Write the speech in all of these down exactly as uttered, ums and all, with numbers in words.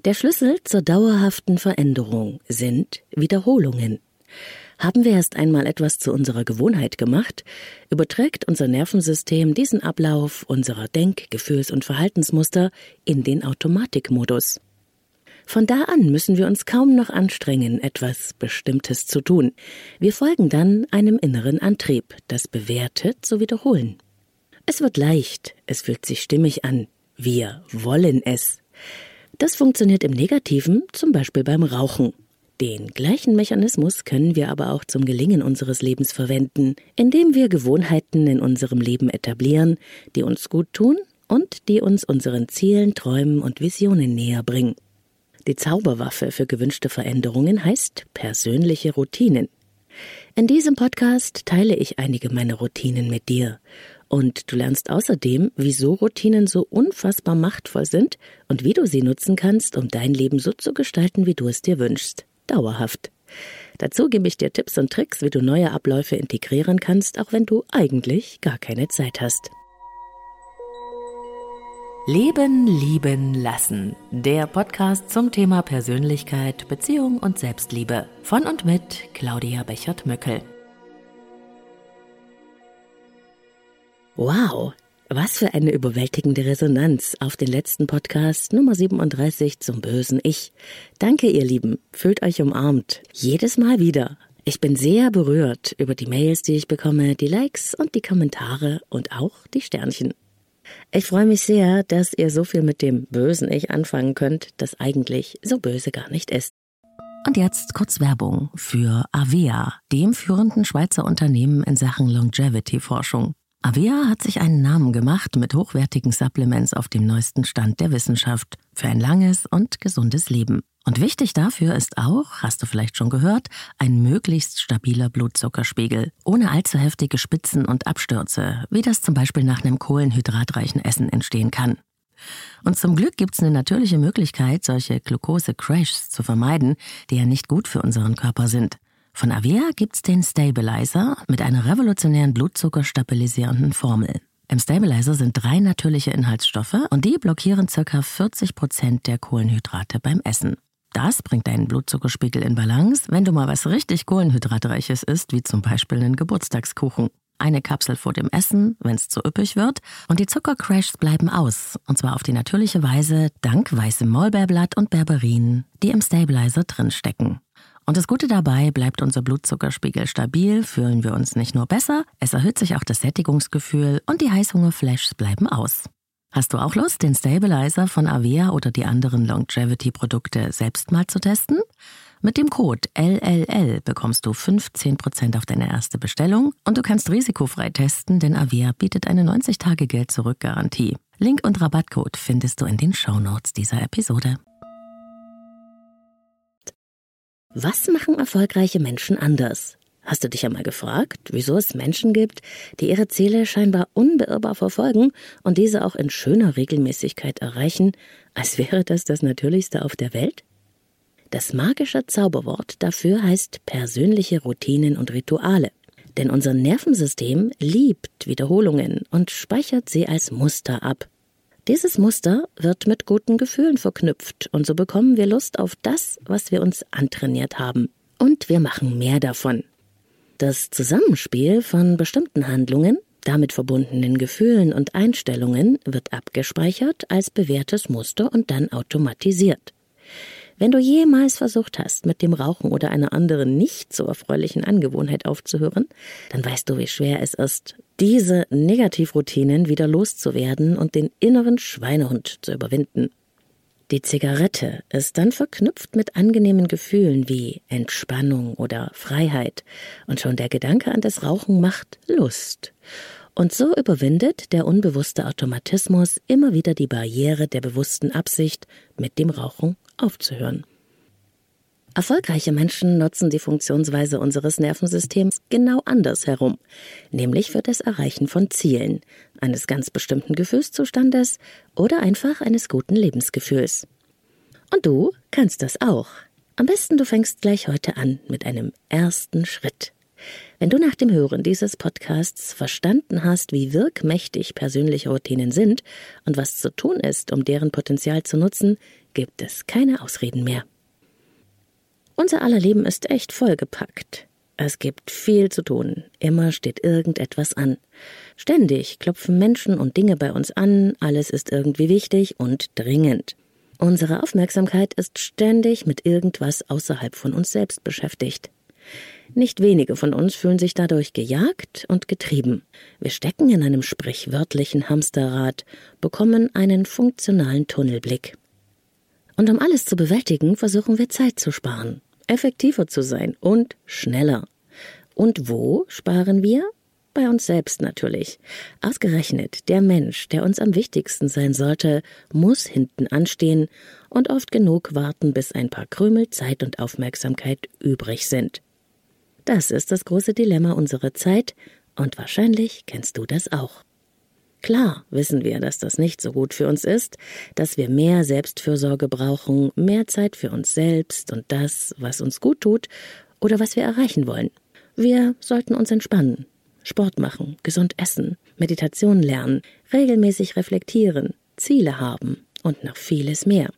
Der Schlüssel zur dauerhaften Veränderung sind Wiederholungen. Haben wir erst einmal etwas zu unserer Gewohnheit gemacht, überträgt unser Nervensystem diesen Ablauf unserer Denk-, Gefühls- und Verhaltensmuster in den Automatikmodus. Von da an müssen wir uns kaum noch anstrengen, etwas Bestimmtes zu tun. Wir folgen dann einem inneren Antrieb, das bewertet zu wiederholen. Es wird leicht, es fühlt sich stimmig an. Wir wollen es. Das funktioniert im Negativen, zum Beispiel beim Rauchen. Den gleichen Mechanismus können wir aber auch zum Gelingen unseres Lebens verwenden, indem wir Gewohnheiten in unserem Leben etablieren, die uns gut tun und die uns unseren Zielen, Träumen und Visionen näher bringen. Die Zauberwaffe für gewünschte Veränderungen heißt persönliche Routinen. In diesem Podcast teile ich einige meiner Routinen mit dir. Und du lernst außerdem, wieso Routinen so unfassbar machtvoll sind und wie du sie nutzen kannst, um dein Leben so zu gestalten, wie du es dir wünschst. Dauerhaft. Dazu gebe ich dir Tipps und Tricks, wie du neue Abläufe integrieren kannst, auch wenn du eigentlich gar keine Zeit hast. Leben, lieben, lassen. Der Podcast zum Thema Persönlichkeit, Beziehung und Selbstliebe. Von und mit Claudia Bechert-Möckel. Wow, was für eine überwältigende Resonanz auf den letzten Podcast Nummer siebenunddreißig zum bösen Ich. Danke, ihr Lieben, fühlt euch umarmt. Jedes Mal wieder. Ich bin sehr berührt über die Mails, die ich bekomme, die Likes und die Kommentare und auch die Sternchen. Ich freue mich sehr, dass ihr so viel mit dem bösen Ich anfangen könnt, das eigentlich so böse gar nicht ist. Und jetzt kurz Werbung für Avea, dem führenden Schweizer Unternehmen in Sachen Longevity-Forschung. Avea hat sich einen Namen gemacht mit hochwertigen Supplements auf dem neuesten Stand der Wissenschaft für ein langes und gesundes Leben. Und wichtig dafür ist auch, hast du vielleicht schon gehört, ein möglichst stabiler Blutzuckerspiegel, ohne allzu heftige Spitzen und Abstürze, wie das zum Beispiel nach einem kohlenhydratreichen Essen entstehen kann. Und zum Glück gibt's eine natürliche Möglichkeit, solche Glucose-Crashs zu vermeiden, die ja nicht gut für unseren Körper sind. Von Avea gibt's den Stabilizer mit einer revolutionären blutzuckerstabilisierenden Formel. Im Stabilizer sind drei natürliche Inhaltsstoffe und die blockieren ca. vierzig Prozent der Kohlenhydrate beim Essen. Das bringt deinen Blutzuckerspiegel in Balance, wenn du mal was richtig Kohlenhydratreiches isst, wie zum Beispiel einen Geburtstagskuchen. Eine Kapsel vor dem Essen, wenn es zu üppig wird, und die Zuckercrashs bleiben aus, und zwar auf die natürliche Weise dank weißem Maulbeerblatt und Berberin, die im Stabilizer drinstecken. Und das Gute dabei, bleibt unser Blutzuckerspiegel stabil, fühlen wir uns nicht nur besser, es erhöht sich auch das Sättigungsgefühl und die Heißhungerflashs bleiben aus. Hast du auch Lust, den Stabilizer von Avea oder die anderen Longevity-Produkte selbst mal zu testen? Mit dem Code L L L bekommst du fünfzehn Prozent auf deine erste Bestellung und du kannst risikofrei testen, denn Avea bietet eine neunzig Tage Geld-Zurück-Garantie. Link und Rabattcode findest du in den Shownotes dieser Episode. Was machen erfolgreiche Menschen anders? Hast du dich einmal gefragt, wieso es Menschen gibt, die ihre Ziele scheinbar unbeirrbar verfolgen und diese auch in schöner Regelmäßigkeit erreichen, als wäre das das Natürlichste auf der Welt? Das magische Zauberwort dafür heißt persönliche Routinen und Rituale. Denn unser Nervensystem liebt Wiederholungen und speichert sie als Muster ab. Dieses Muster wird mit guten Gefühlen verknüpft und so bekommen wir Lust auf das, was wir uns antrainiert haben. Und wir machen mehr davon. Das Zusammenspiel von bestimmten Handlungen, damit verbundenen Gefühlen und Einstellungen wird abgespeichert als bewährtes Muster und dann automatisiert. Wenn du jemals versucht hast, mit dem Rauchen oder einer anderen nicht so erfreulichen Angewohnheit aufzuhören, dann weißt du, wie schwer es ist, diese Negativroutinen wieder loszuwerden und den inneren Schweinehund zu überwinden. Die Zigarette ist dann verknüpft mit angenehmen Gefühlen wie Entspannung oder Freiheit und schon der Gedanke an das Rauchen macht Lust. Und so überwindet der unbewusste Automatismus immer wieder die Barriere der bewussten Absicht, mit dem Rauchen aufzuhören. Erfolgreiche Menschen nutzen die Funktionsweise unseres Nervensystems genau andersherum, nämlich für das Erreichen von Zielen, eines ganz bestimmten Gefühlszustandes oder einfach eines guten Lebensgefühls. Und du kannst das auch. Am besten du fängst gleich heute an mit einem ersten Schritt. Wenn du nach dem Hören dieses Podcasts verstanden hast, wie wirkmächtig persönliche Routinen sind und was zu tun ist, um deren Potenzial zu nutzen, gibt es keine Ausreden mehr. Unser aller Leben ist echt vollgepackt. Es gibt viel zu tun. Immer steht irgendetwas an. Ständig klopfen Menschen und Dinge bei uns an. Alles ist irgendwie wichtig und dringend. Unsere Aufmerksamkeit ist ständig mit irgendwas außerhalb von uns selbst beschäftigt. Nicht wenige von uns fühlen sich dadurch gejagt und getrieben. Wir stecken in einem sprichwörtlichen Hamsterrad, bekommen einen funktionalen Tunnelblick. Und um alles zu bewältigen, versuchen wir Zeit zu sparen, effektiver zu sein und schneller. Und wo sparen wir? Bei uns selbst natürlich. Ausgerechnet der Mensch, der uns am wichtigsten sein sollte, muss hinten anstehen und oft genug warten, bis ein paar Krümel Zeit und Aufmerksamkeit übrig sind. Das ist das große Dilemma unserer Zeit und wahrscheinlich kennst du das auch. Klar wissen wir, dass das nicht so gut für uns ist, dass wir mehr Selbstfürsorge brauchen, mehr Zeit für uns selbst und das, was uns gut tut oder was wir erreichen wollen. Wir sollten uns entspannen, Sport machen, gesund essen, Meditation lernen, regelmäßig reflektieren, Ziele haben und noch vieles mehr.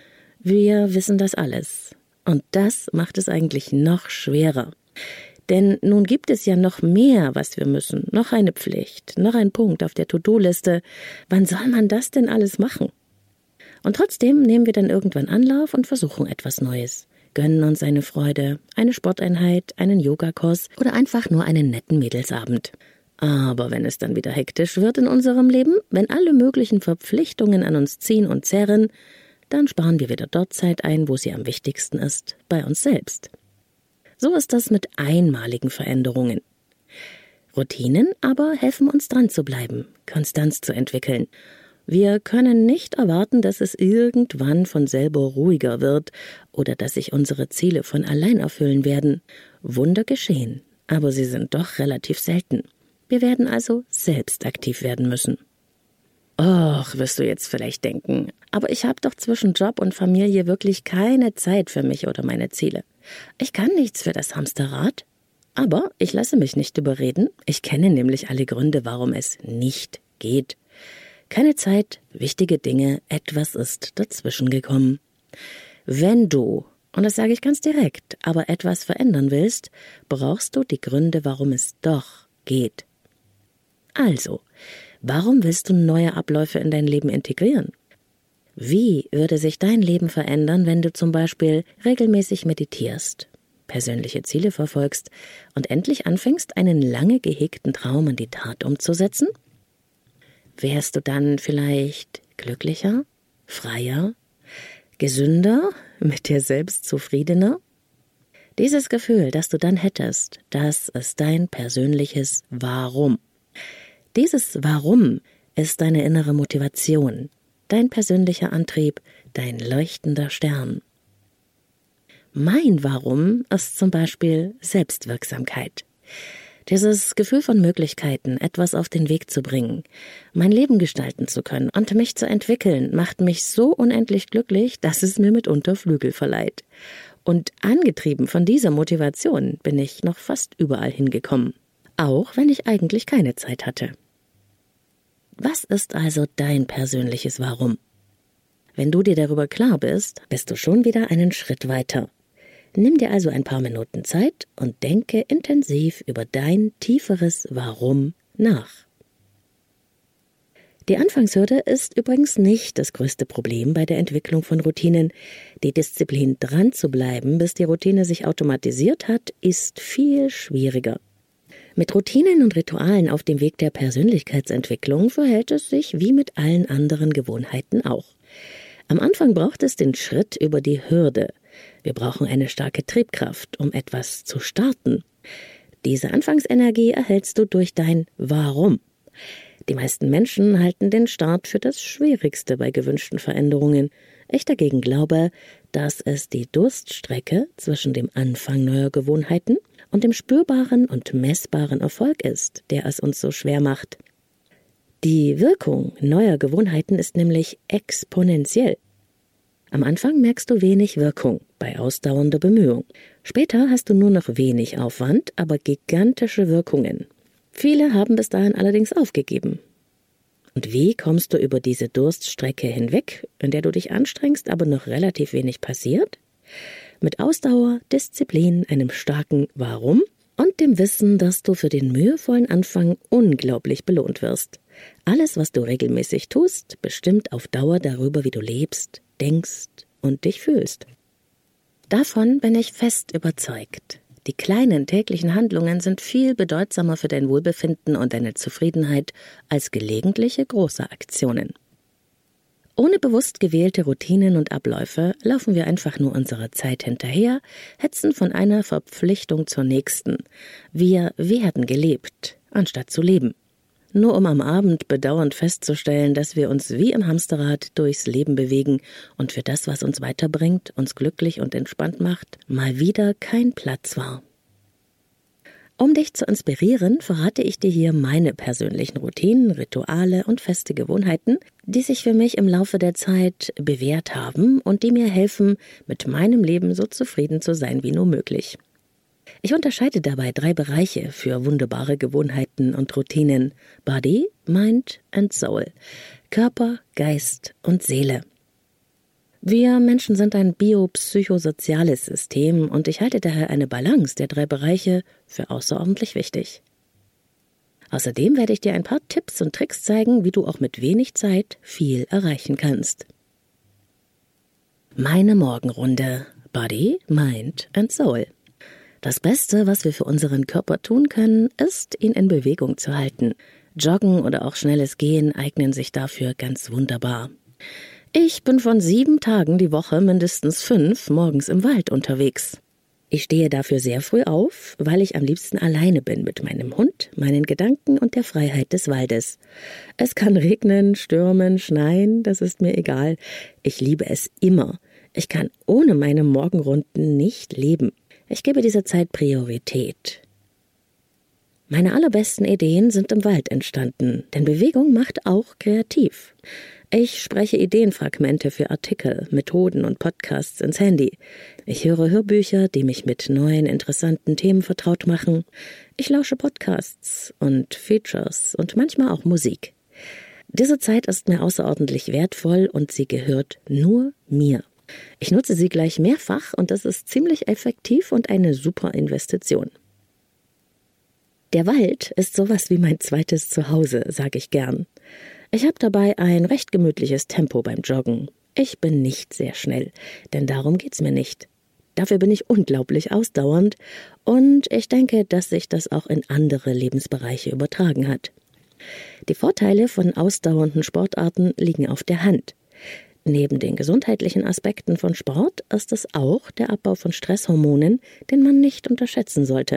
Wir wissen das alles. Und das macht es eigentlich noch schwerer. Denn nun gibt es ja noch mehr, was wir müssen. Noch eine Pflicht, noch ein Punkt auf der To-Do-Liste. Wann soll man das denn alles machen? Und trotzdem nehmen wir dann irgendwann Anlauf und versuchen etwas Neues. Gönnen uns eine Freude, eine Sporteinheit, einen Yogakurs oder einfach nur einen netten Mädelsabend. Aber wenn es dann wieder hektisch wird in unserem Leben, wenn alle möglichen Verpflichtungen an uns ziehen und zerren, dann sparen wir wieder dort Zeit ein, wo sie am wichtigsten ist, bei uns selbst. So ist das mit einmaligen Veränderungen. Routinen aber helfen uns dran zu bleiben, Konstanz zu entwickeln. Wir können nicht erwarten, dass es irgendwann von selber ruhiger wird oder dass sich unsere Ziele von allein erfüllen werden. Wunder geschehen, aber sie sind doch relativ selten. Wir werden also selbst aktiv werden müssen. Och, wirst du jetzt vielleicht denken, aber ich habe doch zwischen Job und Familie wirklich keine Zeit für mich oder meine Ziele. Ich kann nichts für das Hamsterrad. Aber ich lasse mich nicht überreden. Ich kenne nämlich alle Gründe, warum es nicht geht. Keine Zeit, wichtige Dinge, etwas ist dazwischen gekommen. Wenn du, und das sage ich ganz direkt, aber etwas verändern willst, brauchst du die Gründe, warum es doch geht. Also, warum willst du neue Abläufe in dein Leben integrieren? Wie würde sich dein Leben verändern, wenn du zum Beispiel regelmäßig meditierst, persönliche Ziele verfolgst und endlich anfängst, einen lange gehegten Traum in die Tat umzusetzen? Wärst du dann vielleicht glücklicher, freier, gesünder, mit dir selbst zufriedener? Dieses Gefühl, das du dann hättest, das ist dein persönliches Warum. Dieses Warum ist deine innere Motivation, dein persönlicher Antrieb, dein leuchtender Stern. Mein Warum ist zum Beispiel Selbstwirksamkeit. Dieses Gefühl von Möglichkeiten, etwas auf den Weg zu bringen, mein Leben gestalten zu können und mich zu entwickeln, macht mich so unendlich glücklich, dass es mir mitunter Flügel verleiht. Und angetrieben von dieser Motivation bin ich noch fast überall hingekommen, auch wenn ich eigentlich keine Zeit hatte. Was ist also dein persönliches Warum? Wenn du dir darüber klar bist, bist du schon wieder einen Schritt weiter. Nimm dir also ein paar Minuten Zeit und denke intensiv über dein tieferes Warum nach. Die Anfangshürde ist übrigens nicht das größte Problem bei der Entwicklung von Routinen. Die Disziplin, dran zu bleiben, bis die Routine sich automatisiert hat, ist viel schwieriger. Mit Routinen und Ritualen auf dem Weg der Persönlichkeitsentwicklung verhält es sich wie mit allen anderen Gewohnheiten auch. Am Anfang braucht es den Schritt über die Hürde. Wir brauchen eine starke Triebkraft, um etwas zu starten. Diese Anfangsenergie erhältst du durch dein Warum. Die meisten Menschen halten den Start für das Schwierigste bei gewünschten Veränderungen. Ich dagegen glaube, dass es die Durststrecke zwischen dem Anfang neuer Gewohnheiten und dem spürbaren und messbaren Erfolg ist, der es uns so schwer macht. Die Wirkung neuer Gewohnheiten ist nämlich exponentiell. Am Anfang merkst du wenig Wirkung, bei ausdauernder Bemühung. Später hast du nur noch wenig Aufwand, aber gigantische Wirkungen. Viele haben bis dahin allerdings aufgegeben. Und wie kommst du über diese Durststrecke hinweg, in der du dich anstrengst, aber noch relativ wenig passiert? Mit Ausdauer, Disziplin, einem starken Warum und dem Wissen, dass du für den mühevollen Anfang unglaublich belohnt wirst. Alles, was du regelmäßig tust, bestimmt auf Dauer darüber, wie du lebst, denkst und dich fühlst. Davon bin ich fest überzeugt. Die kleinen täglichen Handlungen sind viel bedeutsamer für dein Wohlbefinden und deine Zufriedenheit als gelegentliche große Aktionen. Ohne bewusst gewählte Routinen und Abläufe laufen wir einfach nur unserer Zeit hinterher, hetzen von einer Verpflichtung zur nächsten. Wir werden gelebt, anstatt zu leben. Nur um am Abend bedauernd festzustellen, dass wir uns wie im Hamsterrad durchs Leben bewegen und für das, was uns weiterbringt, uns glücklich und entspannt macht, mal wieder kein Platz war. Um dich zu inspirieren, verrate ich dir hier meine persönlichen Routinen, Rituale und feste Gewohnheiten, die sich für mich im Laufe der Zeit bewährt haben und die mir helfen, mit meinem Leben so zufrieden zu sein wie nur möglich. Ich unterscheide dabei drei Bereiche für wunderbare Gewohnheiten und Routinen: Body, Mind and Soul, Körper, Geist und Seele. Wir Menschen sind ein biopsychosoziales System und ich halte daher eine Balance der drei Bereiche für außerordentlich wichtig. Außerdem werde ich dir ein paar Tipps und Tricks zeigen, wie du auch mit wenig Zeit viel erreichen kannst. Meine Morgenrunde: Body, Mind and Soul. Das Beste, was wir für unseren Körper tun können, ist, ihn in Bewegung zu halten. Joggen oder auch schnelles Gehen eignen sich dafür ganz wunderbar. Ich bin von sieben Tagen die Woche mindestens fünf morgens im Wald unterwegs. Ich stehe dafür sehr früh auf, weil ich am liebsten alleine bin mit meinem Hund, meinen Gedanken und der Freiheit des Waldes. Es kann regnen, stürmen, schneien, das ist mir egal. Ich liebe es immer. Ich kann ohne meine Morgenrunden nicht leben. Ich gebe dieser Zeit Priorität. Meine allerbesten Ideen sind im Wald entstanden, denn Bewegung macht auch kreativ. Ich spreche Ideenfragmente für Artikel, Methoden und Podcasts ins Handy. Ich höre Hörbücher, die mich mit neuen, interessanten Themen vertraut machen. Ich lausche Podcasts und Features und manchmal auch Musik. Diese Zeit ist mir außerordentlich wertvoll und sie gehört nur mir. Ich nutze sie gleich mehrfach und das ist ziemlich effektiv und eine super Investition. Der Wald ist sowas wie mein zweites Zuhause, sage ich gern. Ich habe dabei ein recht gemütliches Tempo beim Joggen. Ich bin nicht sehr schnell, denn darum geht's mir nicht. Dafür bin ich unglaublich ausdauernd und ich denke, dass sich das auch in andere Lebensbereiche übertragen hat. Die Vorteile von ausdauernden Sportarten liegen auf der Hand. Neben den gesundheitlichen Aspekten von Sport ist es auch der Abbau von Stresshormonen, den man nicht unterschätzen sollte.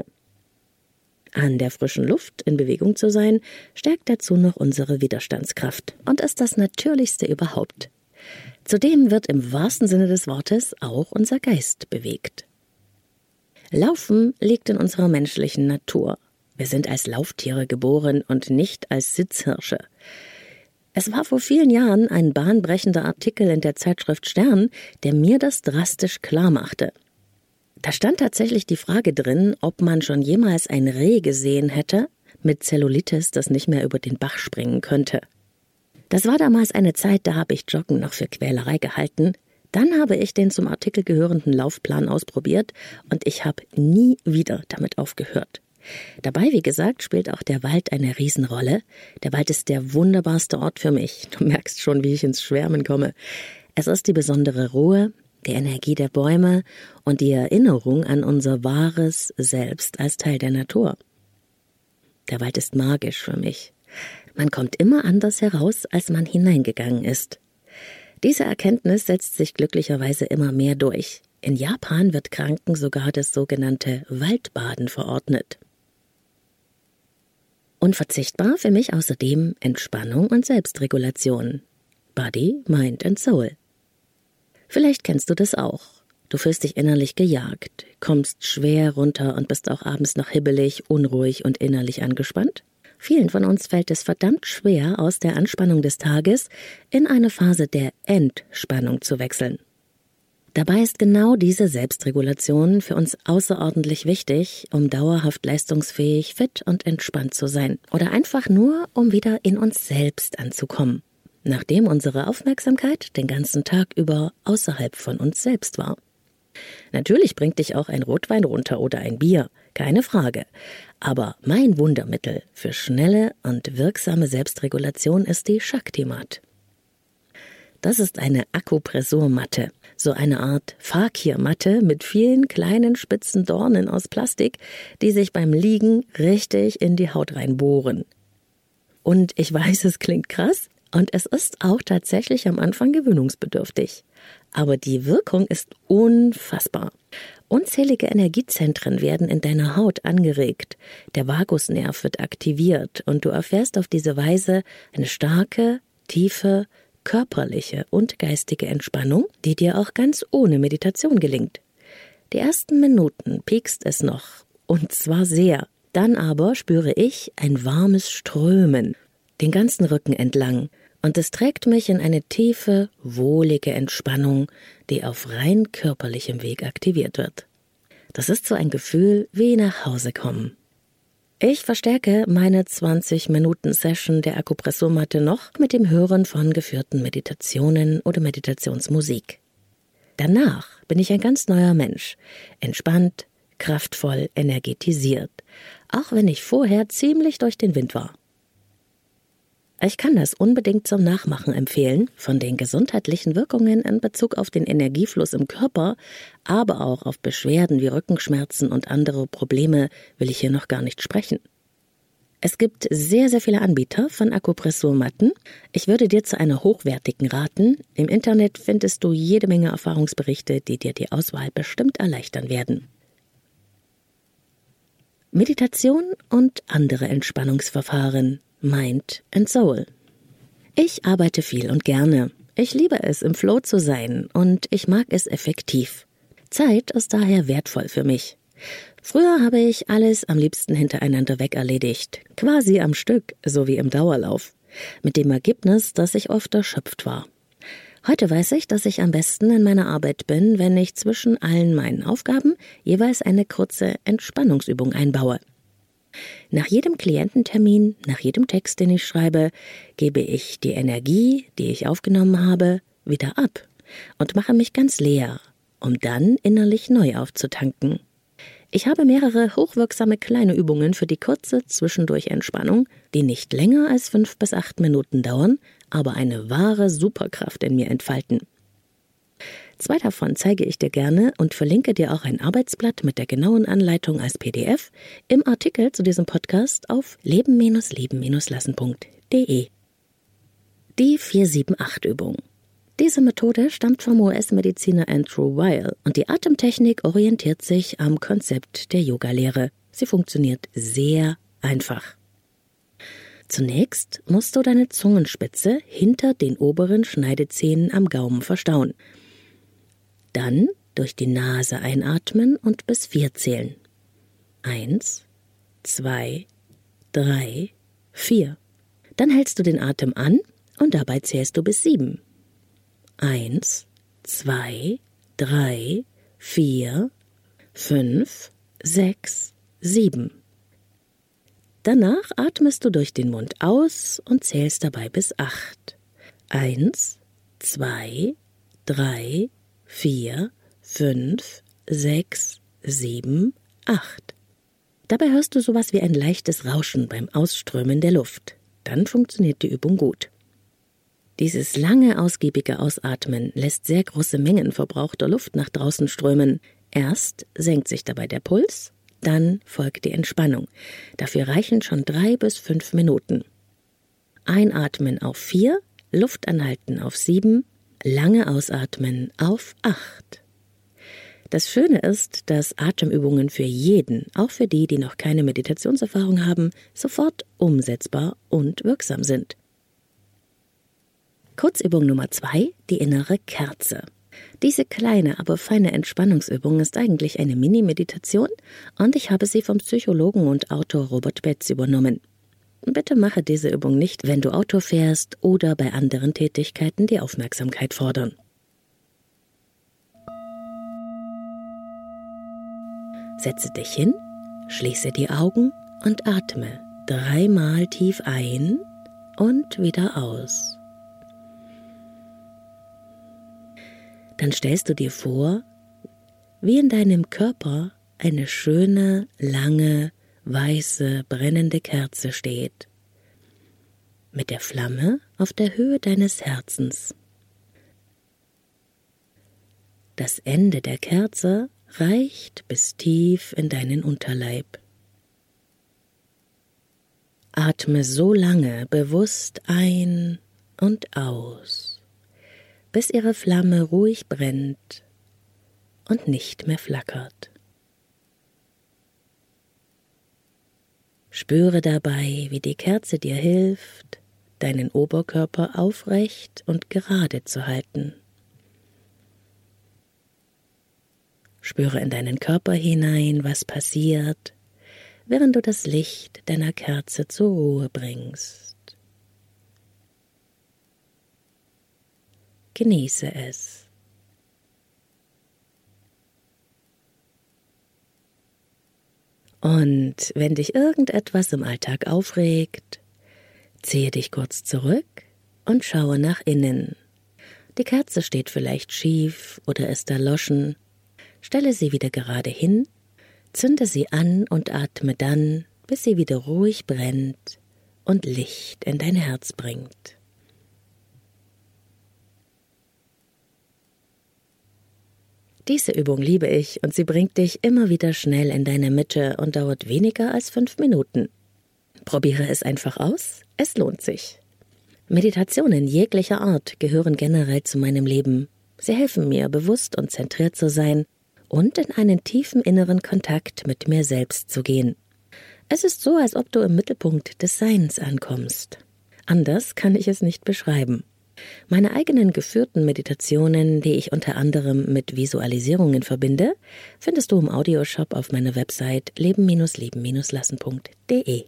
An der frischen Luft in Bewegung zu sein, stärkt dazu noch unsere Widerstandskraft und ist das Natürlichste überhaupt. Zudem wird im wahrsten Sinne des Wortes auch unser Geist bewegt. Laufen liegt in unserer menschlichen Natur. Wir sind als Lauftiere geboren und nicht als Sitzhirsche. Es war vor vielen Jahren ein bahnbrechender Artikel in der Zeitschrift Stern, der mir das drastisch klar machte. Da stand tatsächlich die Frage drin, ob man schon jemals ein Reh gesehen hätte mit Zellulitis, das nicht mehr über den Bach springen könnte. Das war damals eine Zeit, da habe ich Joggen noch für Quälerei gehalten. Dann habe ich den zum Artikel gehörenden Laufplan ausprobiert und ich habe nie wieder damit aufgehört. Dabei, wie gesagt, spielt auch der Wald eine Riesenrolle. Der Wald ist der wunderbarste Ort für mich. Du merkst schon, wie ich ins Schwärmen komme. Es ist die besondere Ruhe, die Energie der Bäume und die Erinnerung an unser wahres Selbst als Teil der Natur. Der Wald ist magisch für mich. Man kommt immer anders heraus, als man hineingegangen ist. Diese Erkenntnis setzt sich glücklicherweise immer mehr durch. In Japan wird Kranken sogar das sogenannte Waldbaden verordnet. Unverzichtbar für mich außerdem Entspannung und Selbstregulation. Body, Mind and Soul. Vielleicht kennst du das auch. Du fühlst dich innerlich gejagt, kommst schwer runter und bist auch abends noch hibbelig, unruhig und innerlich angespannt. Vielen von uns fällt es verdammt schwer, aus der Anspannung des Tages in eine Phase der Entspannung zu wechseln. Dabei ist genau diese Selbstregulation für uns außerordentlich wichtig, um dauerhaft leistungsfähig, fit und entspannt zu sein. Oder einfach nur, um wieder in uns selbst anzukommen, nachdem unsere Aufmerksamkeit den ganzen Tag über außerhalb von uns selbst war. Natürlich bringt dich auch ein Rotwein runter oder ein Bier, keine Frage. Aber mein Wundermittel für schnelle und wirksame Selbstregulation ist die Shakti-Mat. Das ist eine Akupressurmatte, so eine Art Fakir-Matte mit vielen kleinen spitzen Dornen aus Plastik, die sich beim Liegen richtig in die Haut reinbohren. Und ich weiß, es klingt krass und es ist auch tatsächlich am Anfang gewöhnungsbedürftig. Aber die Wirkung ist unfassbar. Unzählige Energiezentren werden in deiner Haut angeregt, der Vagusnerv wird aktiviert und du erfährst auf diese Weise eine starke, tiefe, körperliche und geistige Entspannung, die dir auch ganz ohne Meditation gelingt. Die ersten Minuten piekst es noch, und zwar sehr. Dann aber spüre ich ein warmes Strömen den ganzen Rücken entlang, und es trägt mich in eine tiefe, wohlige Entspannung, die auf rein körperlichem Weg aktiviert wird. Das ist so ein Gefühl wie nach Hause kommen. Ich verstärke meine zwanzig-Minuten-Session der Akupressurmatte noch mit dem Hören von geführten Meditationen oder Meditationsmusik. Danach bin ich ein ganz neuer Mensch, entspannt, kraftvoll, energetisiert, auch wenn ich vorher ziemlich durch den Wind war. Ich kann das unbedingt zum Nachmachen empfehlen, von den gesundheitlichen Wirkungen in Bezug auf den Energiefluss im Körper, aber auch auf Beschwerden wie Rückenschmerzen und andere Probleme will ich hier noch gar nicht sprechen. Es gibt sehr, sehr viele Anbieter von Akupressurmatten. Ich würde dir zu einer hochwertigen raten. Im Internet findest du jede Menge Erfahrungsberichte, die dir die Auswahl bestimmt erleichtern werden. Meditation und andere Entspannungsverfahren. Mind and Soul. Ich arbeite viel und gerne. Ich liebe es, im Flow zu sein und ich mag es effektiv. Zeit ist daher wertvoll für mich. Früher habe ich alles am liebsten hintereinander weg erledigt, quasi am Stück, so wie im Dauerlauf, mit dem Ergebnis, dass ich oft erschöpft war. Heute weiß ich, dass ich am besten in meiner Arbeit bin, wenn ich zwischen allen meinen Aufgaben jeweils eine kurze Entspannungsübung einbaue. Nach jedem Kliententermin, nach jedem Text, den ich schreibe, gebe ich die Energie, die ich aufgenommen habe, wieder ab und mache mich ganz leer, um dann innerlich neu aufzutanken. Ich habe mehrere hochwirksame kleine Übungen für die kurze Zwischendurch-Entspannung, die nicht länger als fünf bis acht Minuten dauern, aber eine wahre Superkraft in mir entfalten. Zwei davon zeige ich dir gerne und verlinke dir auch ein Arbeitsblatt mit der genauen Anleitung als P D F im Artikel zu diesem Podcast auf leben leben lassen punkt de. Die vier sieben acht Übung. Diese Methode stammt vom U S-Mediziner Andrew Weil und die Atemtechnik orientiert sich am Konzept der Yogalehre. Sie funktioniert sehr einfach. Zunächst musst du deine Zungenspitze hinter den oberen Schneidezähnen am Gaumen verstauen. Dann durch die Nase einatmen und bis vier zählen. Eins, zwei, drei, vier. Dann hältst du den Atem an und dabei zählst du bis sieben. Eins, zwei, drei, vier, fünf, sechs, sieben. Danach atmest du durch den Mund aus und zählst dabei bis acht. Eins, zwei, drei, vier, fünf, sechs, sieben, acht. Dabei hörst du sowas wie ein leichtes Rauschen beim Ausströmen der Luft. Dann funktioniert die Übung gut. Dieses lange, ausgiebige Ausatmen lässt sehr große Mengen verbrauchter Luft nach draußen strömen. Erst senkt sich dabei der Puls, dann folgt die Entspannung. Dafür reichen schon drei bis fünf Minuten. Einatmen auf vier, Luft anhalten auf sieben, lange ausatmen auf acht. Das Schöne ist, dass Atemübungen für jeden, auch für die, die noch keine Meditationserfahrung haben, sofort umsetzbar und wirksam sind. Kurzübung Nummer zwei, die innere Kerze. Diese kleine, aber feine Entspannungsübung ist eigentlich eine Mini-Meditation und ich habe sie vom Psychologen und Autor Robert Betz übernommen. Bitte mache diese Übung nicht, wenn du Auto fährst oder bei anderen Tätigkeiten die Aufmerksamkeit fordern. Setze dich hin, schließe die Augen und atme dreimal tief ein und wieder aus. Dann stellst du dir vor, wie in deinem Körper eine schöne, lange, weiße, brennende Kerze steht, mit der Flamme auf der Höhe deines Herzens. Das Ende der Kerze reicht bis tief in deinen Unterleib. Atme so lange bewusst ein und aus, bis ihre Flamme ruhig brennt und nicht mehr flackert. Spüre dabei, wie die Kerze dir hilft, deinen Oberkörper aufrecht und gerade zu halten. Spüre in deinen Körper hinein, was passiert, während du das Licht deiner Kerze zur Ruhe bringst. Genieße es. Und wenn dich irgendetwas im Alltag aufregt, ziehe dich kurz zurück und schaue nach innen. Die Kerze steht vielleicht schief oder ist erloschen. Stelle sie wieder gerade hin, zünde sie an und atme dann, bis sie wieder ruhig brennt und Licht in dein Herz bringt. Diese Übung liebe ich und sie bringt dich immer wieder schnell in deine Mitte und dauert weniger als fünf Minuten. Probiere es einfach aus, es lohnt sich. Meditationen jeglicher Art gehören generell zu meinem Leben. Sie helfen mir, bewusst und zentriert zu sein und in einen tiefen inneren Kontakt mit mir selbst zu gehen. Es ist so, als ob du im Mittelpunkt des Seins ankommst. Anders kann ich es nicht beschreiben. Meine eigenen geführten Meditationen, die ich unter anderem mit Visualisierungen verbinde, findest du im Audioshop auf meiner Website leben leben lassen punkt de.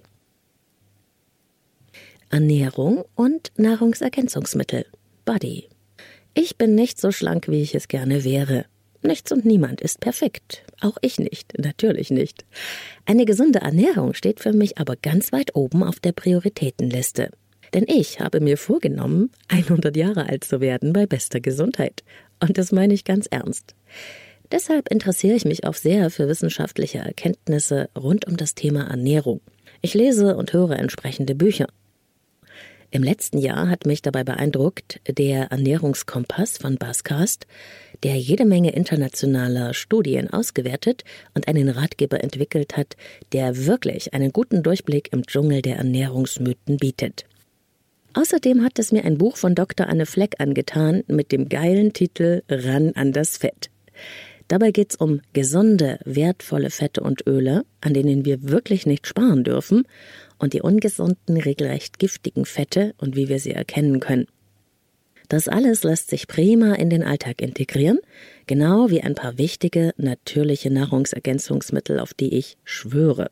Ernährung und Nahrungsergänzungsmittel. Body. Ich bin nicht so schlank, wie ich es gerne wäre. Nichts und niemand ist perfekt. Auch ich nicht, natürlich nicht. Eine gesunde Ernährung steht für mich aber ganz weit oben auf der Prioritätenliste. Denn ich habe mir vorgenommen, hundert Jahre alt zu werden bei bester Gesundheit. Und das meine ich ganz ernst. Deshalb interessiere ich mich auch sehr für wissenschaftliche Erkenntnisse rund um das Thema Ernährung. Ich lese und höre entsprechende Bücher. Im letzten Jahr hat mich dabei beeindruckt der Ernährungskompass von Buzzcast, der jede Menge internationaler Studien ausgewertet und einen Ratgeber entwickelt hat, der wirklich einen guten Durchblick im Dschungel der Ernährungsmythen bietet. Außerdem hat es mir ein Buch von Doktor Anne Fleck angetan mit dem geilen Titel »Ran an das Fett«. Dabei geht es um gesunde, wertvolle Fette und Öle, an denen wir wirklich nicht sparen dürfen, und die ungesunden, regelrecht giftigen Fette und wie wir sie erkennen können. Das alles lässt sich prima in den Alltag integrieren, genau wie ein paar wichtige, natürliche Nahrungsergänzungsmittel, auf die ich schwöre.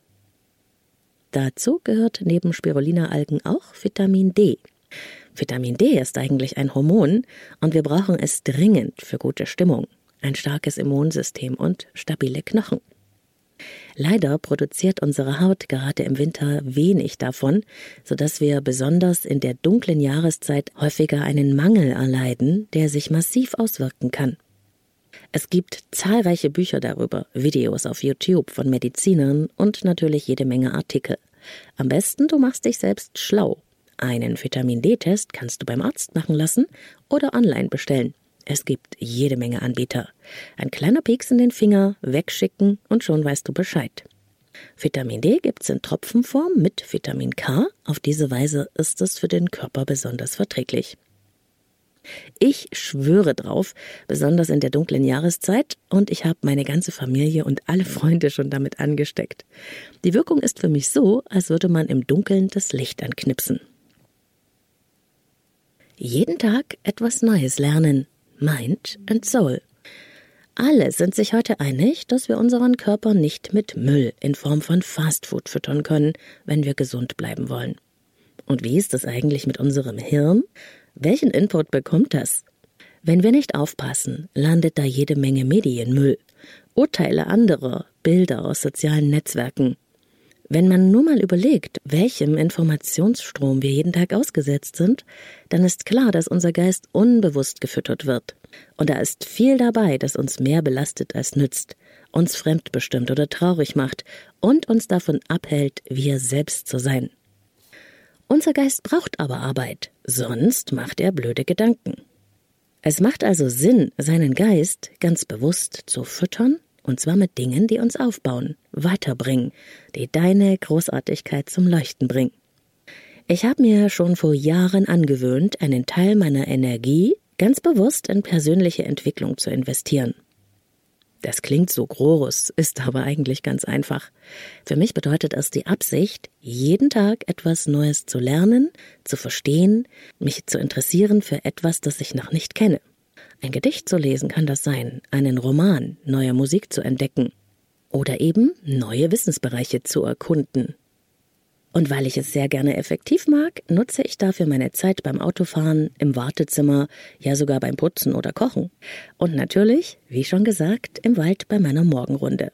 Dazu gehört neben Spirulina-Algen auch Vitamin D. Vitamin D ist eigentlich ein Hormon und wir brauchen es dringend für gute Stimmung, ein starkes Immunsystem und stabile Knochen. Leider produziert unsere Haut gerade im Winter wenig davon, sodass wir besonders in der dunklen Jahreszeit häufiger einen Mangel erleiden, der sich massiv auswirken kann. Es gibt zahlreiche Bücher darüber, Videos auf YouTube von Medizinern und natürlich jede Menge Artikel. Am besten, du machst dich selbst schlau. Einen Vitamin-D-Test kannst du beim Arzt machen lassen oder online bestellen. Es gibt jede Menge Anbieter. Ein kleiner Pieks in den Finger, wegschicken und schon weißt du Bescheid. Vitamin D gibt's in Tropfenform mit Vitamin K. Auf diese Weise ist es für den Körper besonders verträglich. Ich schwöre drauf, besonders in der dunklen Jahreszeit, und ich habe meine ganze Familie und alle Freunde schon damit angesteckt. Die Wirkung ist für mich so, als würde man im Dunkeln das Licht anknipsen. Jeden Tag etwas Neues lernen. Mind and Soul. Alle sind sich heute einig, dass wir unseren Körper nicht mit Müll in Form von Fastfood füttern können, wenn wir gesund bleiben wollen. Und wie ist es eigentlich mit unserem Hirn? Welchen Input bekommt das? Wenn wir nicht aufpassen, landet da jede Menge Medienmüll. Urteile anderer, Bilder aus sozialen Netzwerken. Wenn man nur mal überlegt, welchem Informationsstrom wir jeden Tag ausgesetzt sind, dann ist klar, dass unser Geist unbewusst gefüttert wird. Und da ist viel dabei, das uns mehr belastet als nützt, uns fremdbestimmt oder traurig macht und uns davon abhält, wir selbst zu sein. Unser Geist braucht aber Arbeit, sonst macht er blöde Gedanken. Es macht also Sinn, seinen Geist ganz bewusst zu füttern, und zwar mit Dingen, die uns aufbauen, weiterbringen, die deine Großartigkeit zum Leuchten bringen. Ich habe mir schon vor Jahren angewöhnt, einen Teil meiner Energie ganz bewusst in persönliche Entwicklung zu investieren. Das klingt so groß, ist aber eigentlich ganz einfach. Für mich bedeutet es die Absicht, jeden Tag etwas Neues zu lernen, zu verstehen, mich zu interessieren für etwas, das ich noch nicht kenne. Ein Gedicht zu lesen kann das sein, einen Roman, neue Musik zu entdecken oder eben neue Wissensbereiche zu erkunden. Und weil ich es sehr gerne effektiv mag, nutze ich dafür meine Zeit beim Autofahren, im Wartezimmer, ja sogar beim Putzen oder Kochen. Und natürlich, wie schon gesagt, im Wald bei meiner Morgenrunde.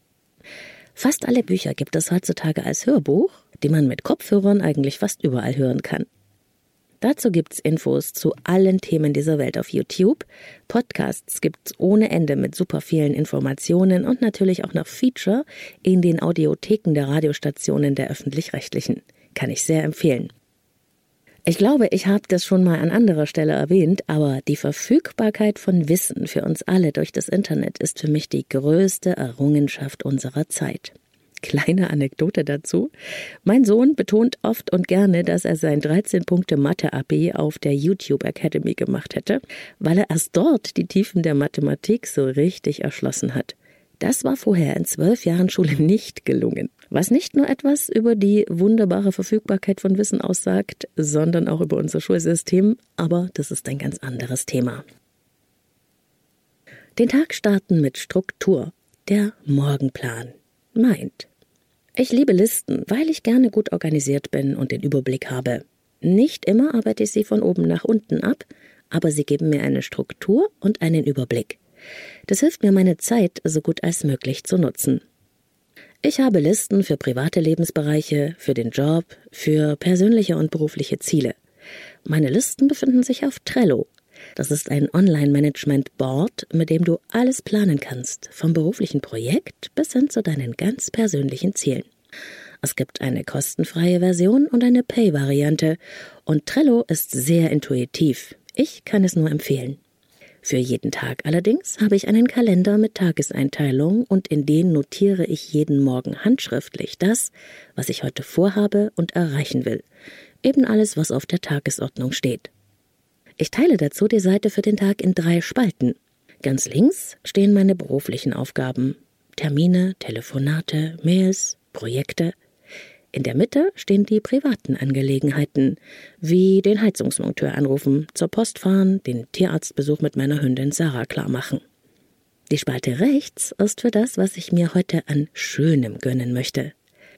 Fast alle Bücher gibt es heutzutage als Hörbuch, die man mit Kopfhörern eigentlich fast überall hören kann. Dazu gibt's Infos zu allen Themen dieser Welt auf YouTube. Podcasts gibt's ohne Ende mit super vielen Informationen und natürlich auch noch Feature in den Audiotheken der Radiostationen der Öffentlich-Rechtlichen. Kann ich sehr empfehlen. Ich glaube, ich habe das schon mal an anderer Stelle erwähnt, aber die Verfügbarkeit von Wissen für uns alle durch das Internet ist für mich die größte Errungenschaft unserer Zeit. Kleine Anekdote dazu. Mein Sohn betont oft und gerne, dass er sein dreizehn Punkte Mathe-A B auf der YouTube Academy gemacht hätte, weil er erst dort die Tiefen der Mathematik so richtig erschlossen hat. Das war vorher in zwölf Jahren Schule nicht gelungen. Was nicht nur etwas über die wunderbare Verfügbarkeit von Wissen aussagt, sondern auch über unser Schulsystem, aber das ist ein ganz anderes Thema. Den Tag starten mit Struktur, der Morgenplan. Meint. Ich liebe Listen, weil ich gerne gut organisiert bin und den Überblick habe. Nicht immer arbeite ich sie von oben nach unten ab, aber sie geben mir eine Struktur und einen Überblick. Das hilft mir, meine Zeit so gut als möglich zu nutzen. Ich habe Listen für private Lebensbereiche, für den Job, für persönliche und berufliche Ziele. Meine Listen befinden sich auf Trello. Das ist ein Online-Management-Board, mit dem du alles planen kannst, vom beruflichen Projekt bis hin zu deinen ganz persönlichen Zielen. Es gibt eine kostenfreie Version und eine Pay-Variante und Trello ist sehr intuitiv. Ich kann es nur empfehlen. Für jeden Tag allerdings habe ich einen Kalender mit Tageseinteilung und in den notiere ich jeden Morgen handschriftlich das, was ich heute vorhabe und erreichen will. Eben alles, was auf der Tagesordnung steht. Ich teile dazu die Seite für den Tag in drei Spalten. Ganz links stehen meine beruflichen Aufgaben, Termine, Telefonate, Mails, Projekte. In der Mitte stehen die privaten Angelegenheiten, wie den Heizungsmonteur anrufen, zur Post fahren, den Tierarztbesuch mit meiner Hündin Sarah klarmachen. Die Spalte rechts ist für das, was ich mir heute an Schönem gönnen möchte.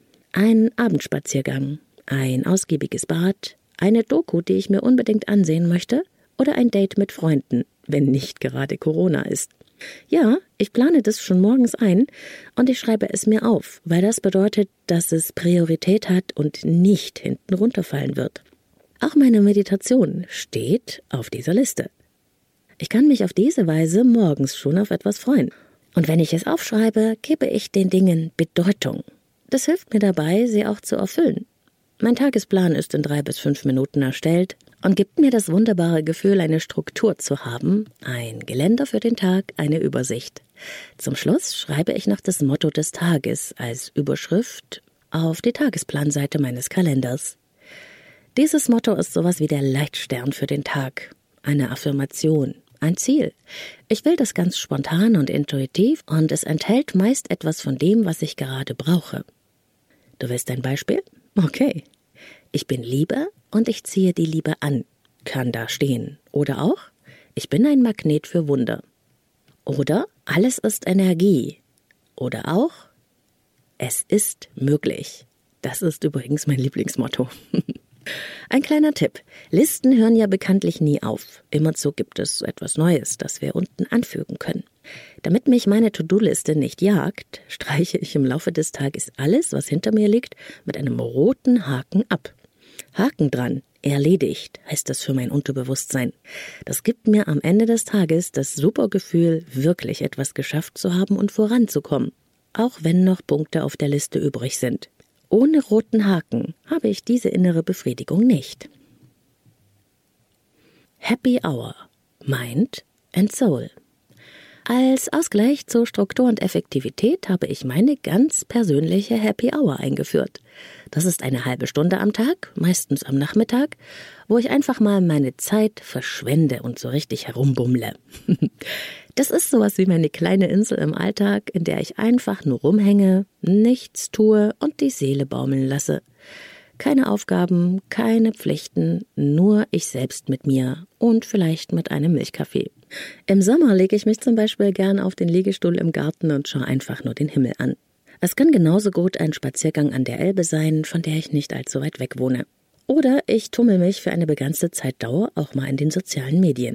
Ein Abendspaziergang, ein ausgiebiges Bad, eine Doku, die ich mir unbedingt ansehen möchte, oder ein Date mit Freunden, wenn nicht gerade Corona ist. Ja, ich plane das schon morgens ein und ich schreibe es mir auf, weil das bedeutet, dass es Priorität hat und nicht hinten runterfallen wird. Auch meine Meditation steht auf dieser Liste. Ich kann mich auf diese Weise morgens schon auf etwas freuen. Und wenn ich es aufschreibe, gebe ich den Dingen Bedeutung. Das hilft mir dabei, sie auch zu erfüllen. Mein Tagesplan ist in drei bis fünf Minuten erstellt und gibt mir das wunderbare Gefühl, eine Struktur zu haben, ein Geländer für den Tag, eine Übersicht. Zum Schluss schreibe ich noch das Motto des Tages als Überschrift auf die Tagesplanseite meines Kalenders. Dieses Motto ist sowas wie der Leitstern für den Tag, eine Affirmation, ein Ziel. Ich will das ganz spontan und intuitiv und es enthält meist etwas von dem, was ich gerade brauche. Du willst ein Beispiel? Okay. Ich bin Liebe und ich ziehe die Liebe an. Kann da stehen. Oder auch, ich bin ein Magnet für Wunder. Oder alles ist Energie. Oder auch, es ist möglich. Das ist übrigens mein Lieblingsmotto. Ein kleiner Tipp. Listen hören ja bekanntlich nie auf. Immerzu gibt es etwas Neues, das wir unten anfügen können. Damit mich meine To-Do-Liste nicht jagt, streiche ich im Laufe des Tages alles, was hinter mir liegt, mit einem roten Haken ab. Haken dran, erledigt, heißt das für mein Unterbewusstsein. Das gibt mir am Ende des Tages das super Gefühl, wirklich etwas geschafft zu haben und voranzukommen, auch wenn noch Punkte auf der Liste übrig sind. Ohne roten Haken habe ich diese innere Befriedigung nicht. Happy Hour, Mind and Soul. Als Ausgleich zu Struktur und Effektivität habe ich meine ganz persönliche Happy Hour eingeführt. Das ist eine halbe Stunde am Tag, meistens am Nachmittag, wo ich einfach mal meine Zeit verschwende und so richtig herumbummle. Das ist sowas wie meine kleine Insel im Alltag, in der ich einfach nur rumhänge, nichts tue und die Seele baumeln lasse. Keine Aufgaben, keine Pflichten, nur ich selbst mit mir und vielleicht mit einem Milchkaffee. Im Sommer lege ich mich zum Beispiel gern auf den Liegestuhl im Garten und schaue einfach nur den Himmel an. Es kann genauso gut ein Spaziergang an der Elbe sein, von der ich nicht allzu weit weg wohne. Oder ich tummel mich für eine begrenzte Zeitdauer auch mal in den sozialen Medien.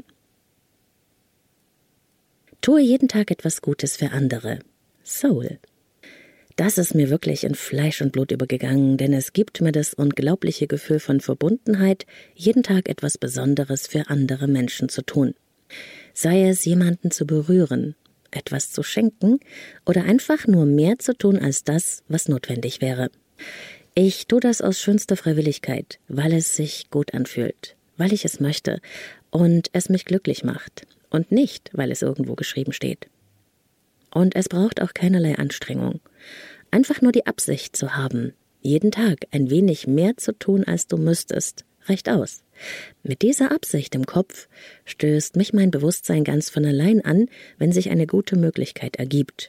Tue jeden Tag etwas Gutes für andere. Soul. Das ist mir wirklich in Fleisch und Blut übergegangen, denn es gibt mir das unglaubliche Gefühl von Verbundenheit, jeden Tag etwas Besonderes für andere Menschen zu tun. Sei es, jemanden zu berühren, etwas zu schenken oder einfach nur mehr zu tun als das, was notwendig wäre. Ich tue das aus schönster Freiwilligkeit, weil es sich gut anfühlt, weil ich es möchte und es mich glücklich macht und nicht, weil es irgendwo geschrieben steht. Und es braucht auch keinerlei Anstrengung. Einfach nur die Absicht zu haben, jeden Tag ein wenig mehr zu tun, als du müsstest, reicht aus. Mit dieser Absicht im Kopf stößt mich mein Bewusstsein ganz von allein an, wenn sich eine gute Möglichkeit ergibt.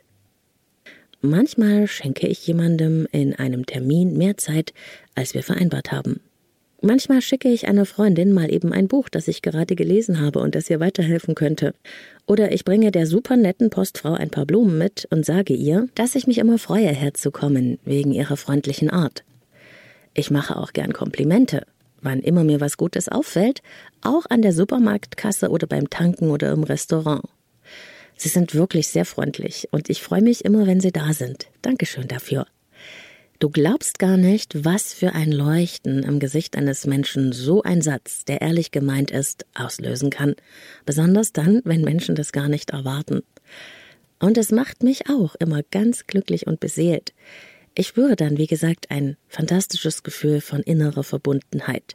Manchmal schenke ich jemandem in einem Termin mehr Zeit, als wir vereinbart haben. Manchmal schicke ich einer Freundin mal eben ein Buch, das ich gerade gelesen habe und das ihr weiterhelfen könnte. Oder ich bringe der super netten Postfrau ein paar Blumen mit und sage ihr, dass ich mich immer freue, herzukommen, wegen ihrer freundlichen Art. Ich mache auch gern Komplimente, wann immer mir was Gutes auffällt, auch an der Supermarktkasse oder beim Tanken oder im Restaurant. Sie sind wirklich sehr freundlich und ich freue mich immer, wenn sie da sind. Dankeschön dafür. Du glaubst gar nicht, was für ein Leuchten im Gesicht eines Menschen so ein Satz, der ehrlich gemeint ist, auslösen kann. Besonders dann, wenn Menschen das gar nicht erwarten. Und es macht mich auch immer ganz glücklich und beseelt. Ich spüre dann, wie gesagt, ein fantastisches Gefühl von innerer Verbundenheit.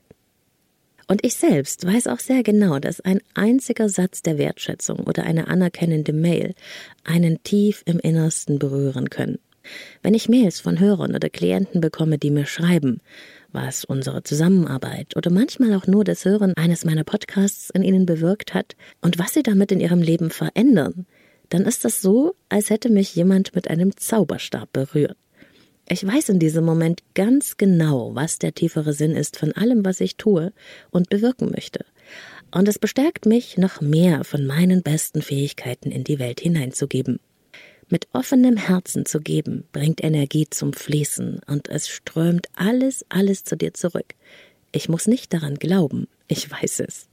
Und ich selbst weiß auch sehr genau, dass ein einziger Satz der Wertschätzung oder eine anerkennende Mail einen tief im Innersten berühren können. Wenn ich Mails von Hörern oder Klienten bekomme, die mir schreiben, was unsere Zusammenarbeit oder manchmal auch nur das Hören eines meiner Podcasts in ihnen bewirkt hat und was sie damit in ihrem Leben verändern, dann ist das so, als hätte mich jemand mit einem Zauberstab berührt. Ich weiß in diesem Moment ganz genau, was der tiefere Sinn ist von allem, was ich tue und bewirken möchte. Und es bestärkt mich, noch mehr von meinen besten Fähigkeiten in die Welt hineinzugeben. Mit offenem Herzen zu geben, bringt Energie zum Fließen und es strömt alles, alles zu dir zurück. Ich muss nicht daran glauben, ich weiß es.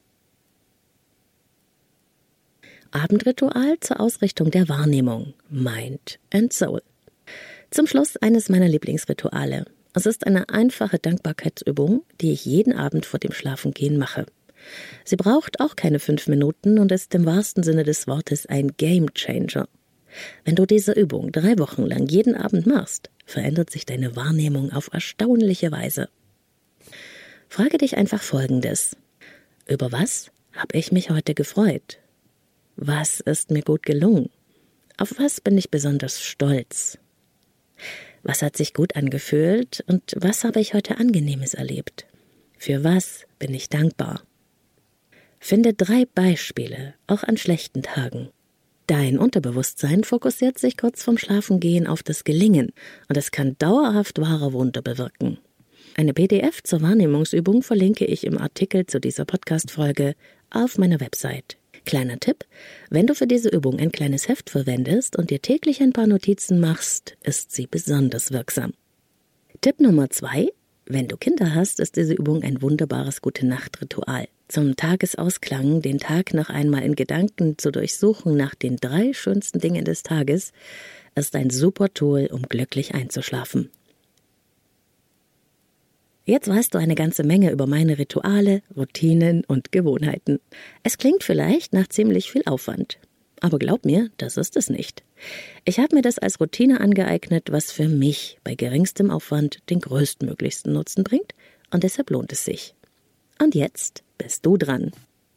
Abendritual zur Ausrichtung der Wahrnehmung, Mind and Soul. Zum Schluss eines meiner Lieblingsrituale. Es ist eine einfache Dankbarkeitsübung, die ich jeden Abend vor dem Schlafengehen mache. Sie braucht auch keine fünf Minuten und ist im wahrsten Sinne des Wortes ein Gamechanger. Wenn du diese Übung drei Wochen lang jeden Abend machst, verändert sich deine Wahrnehmung auf erstaunliche Weise. Frage dich einfach Folgendes. Über was habe ich mich heute gefreut? Was ist mir gut gelungen? Auf was bin ich besonders stolz? Was hat sich gut angefühlt und was habe ich heute Angenehmes erlebt? Für was bin ich dankbar? Finde drei Beispiele, auch an schlechten Tagen. Dein Unterbewusstsein fokussiert sich kurz vorm Schlafengehen auf das Gelingen und es kann dauerhaft wahre Wunder bewirken. Eine P D F zur Wahrnehmungsübung verlinke ich im Artikel zu dieser Podcast-Folge auf meiner Website. Kleiner Tipp, wenn du für diese Übung ein kleines Heft verwendest und dir täglich ein paar Notizen machst, ist sie besonders wirksam. Tipp Nummer zwei, wenn du Kinder hast, ist diese Übung ein wunderbares Gute-Nacht-Ritual. Zum Tagesausklang den Tag noch einmal in Gedanken zu durchsuchen nach den drei schönsten Dingen des Tages ist ein super Tool, um glücklich einzuschlafen. Jetzt weißt du eine ganze Menge über meine Rituale, Routinen und Gewohnheiten. Es klingt vielleicht nach ziemlich viel Aufwand. Aber glaub mir, das ist es nicht. Ich habe mir das als Routine angeeignet, was für mich bei geringstem Aufwand den größtmöglichsten Nutzen bringt, und deshalb lohnt es sich. Und jetzt bist du dran.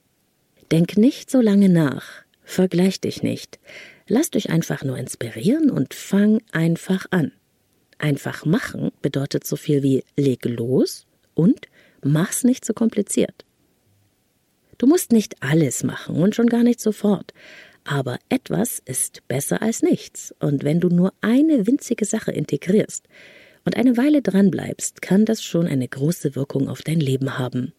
Denk nicht so lange nach, vergleich dich nicht. Lass dich einfach nur inspirieren und fang einfach an. Einfach machen bedeutet so viel wie leg los und mach's nicht so kompliziert. Du musst nicht alles machen und schon gar nicht sofort. Aber etwas ist besser als nichts. Und wenn du nur eine winzige Sache integrierst und eine Weile dranbleibst, kann das schon eine große Wirkung auf dein Leben haben.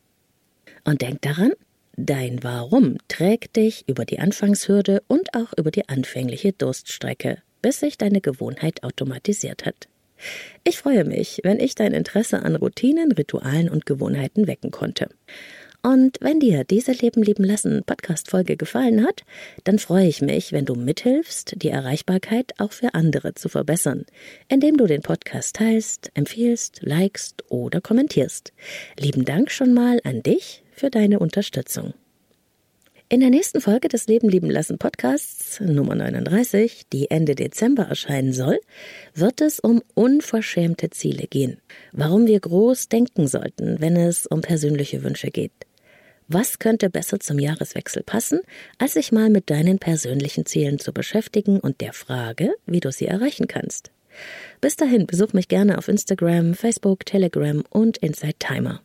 Und denk daran, dein Warum trägt dich über die Anfangshürde und auch über die anfängliche Durststrecke, bis sich deine Gewohnheit automatisiert hat. Ich freue mich, wenn ich dein Interesse an Routinen, Ritualen und Gewohnheiten wecken konnte. Und wenn dir diese Leben lieben lassen Podcast-Folge gefallen hat, dann freue ich mich, wenn du mithilfst, die Erreichbarkeit auch für andere zu verbessern, indem du den Podcast teilst, empfiehlst, likest oder kommentierst. Lieben Dank schon mal an dich für deine Unterstützung. In der nächsten Folge des Leben lieben lassen Podcasts, Nummer neununddreißig, die Ende Dezember erscheinen soll, wird es um unverschämte Ziele gehen. Warum wir groß denken sollten, wenn es um persönliche Wünsche geht. Was könnte besser zum Jahreswechsel passen, als sich mal mit deinen persönlichen Zielen zu beschäftigen und der Frage, wie du sie erreichen kannst. Bis dahin, besuch mich gerne auf Instagram, Facebook, Telegram und Inside Timer.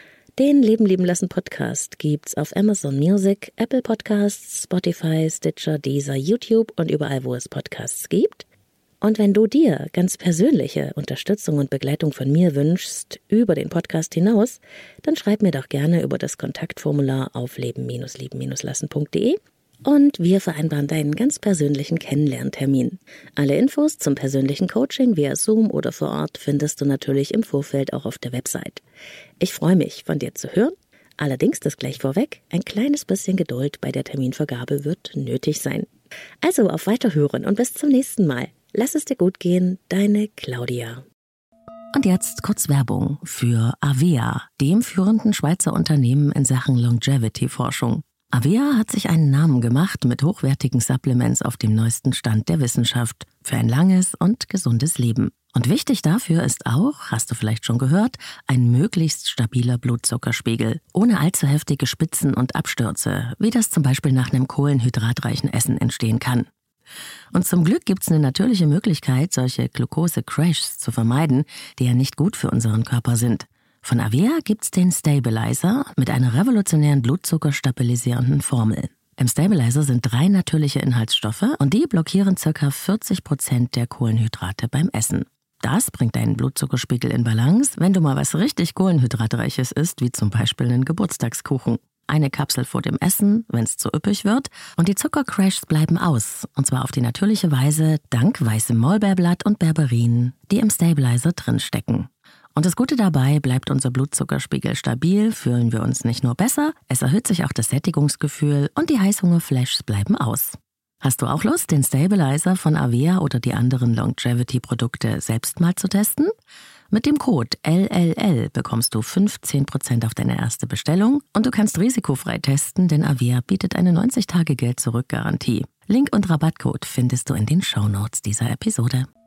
Den Leben lieben lassen Podcast gibt's auf Amazon Music, Apple Podcasts, Spotify, Stitcher, Deezer, YouTube und überall, wo es Podcasts gibt. Und wenn du dir ganz persönliche Unterstützung und Begleitung von mir wünschst, über den Podcast hinaus, dann schreib mir doch gerne über das Kontaktformular auf leben lieben lassen punkt de und wir vereinbaren deinen ganz persönlichen Kennenlerntermin. Alle Infos zum persönlichen Coaching via Zoom oder vor Ort findest du natürlich im Vorfeld auch auf der Website. Ich freue mich, von dir zu hören. Allerdings, das gleich vorweg, ein kleines bisschen Geduld bei der Terminvergabe wird nötig sein. Also auf Weiterhören und bis zum nächsten Mal. Lass es dir gut gehen, deine Claudia. Und jetzt kurz Werbung für Avea, dem führenden Schweizer Unternehmen in Sachen Longevity-Forschung. Avea hat sich einen Namen gemacht mit hochwertigen Supplements auf dem neuesten Stand der Wissenschaft für ein langes und gesundes Leben. Und wichtig dafür ist auch, hast du vielleicht schon gehört, ein möglichst stabiler Blutzuckerspiegel, ohne allzu heftige Spitzen und Abstürze, wie das zum Beispiel nach einem kohlenhydratreichen Essen entstehen kann. Und zum Glück gibt's eine natürliche Möglichkeit, solche Glucose-Crashs zu vermeiden, die ja nicht gut für unseren Körper sind. Von Avea gibt's den Stabilizer mit einer revolutionären blutzuckerstabilisierenden Formel. Im Stabilizer sind drei natürliche Inhaltsstoffe und die blockieren ca. vierzig Prozent der Kohlenhydrate beim Essen. Das bringt deinen Blutzuckerspiegel in Balance, wenn du mal was richtig Kohlenhydratreiches isst, wie zum Beispiel einen Geburtstagskuchen. Eine Kapsel vor dem Essen, wenn es zu üppig wird, und die Zuckercrashs bleiben aus, und zwar auf die natürliche Weise dank weißem Maulbeerblatt und Berberin, die im Stabilizer drinstecken. Und das Gute dabei, bleibt unser Blutzuckerspiegel stabil, fühlen wir uns nicht nur besser, es erhöht sich auch das Sättigungsgefühl und die Heißhungerflashs bleiben aus. Hast du auch Lust, den Stabilizer von Avea oder die anderen Longevity-Produkte selbst mal zu testen? Mit dem Code L L L bekommst du fünfzehn Prozent auf deine erste Bestellung und du kannst risikofrei testen, denn Avea bietet eine neunzig Tage Geld-Zurück-Garantie. Link und Rabattcode findest du in den Shownotes dieser Episode.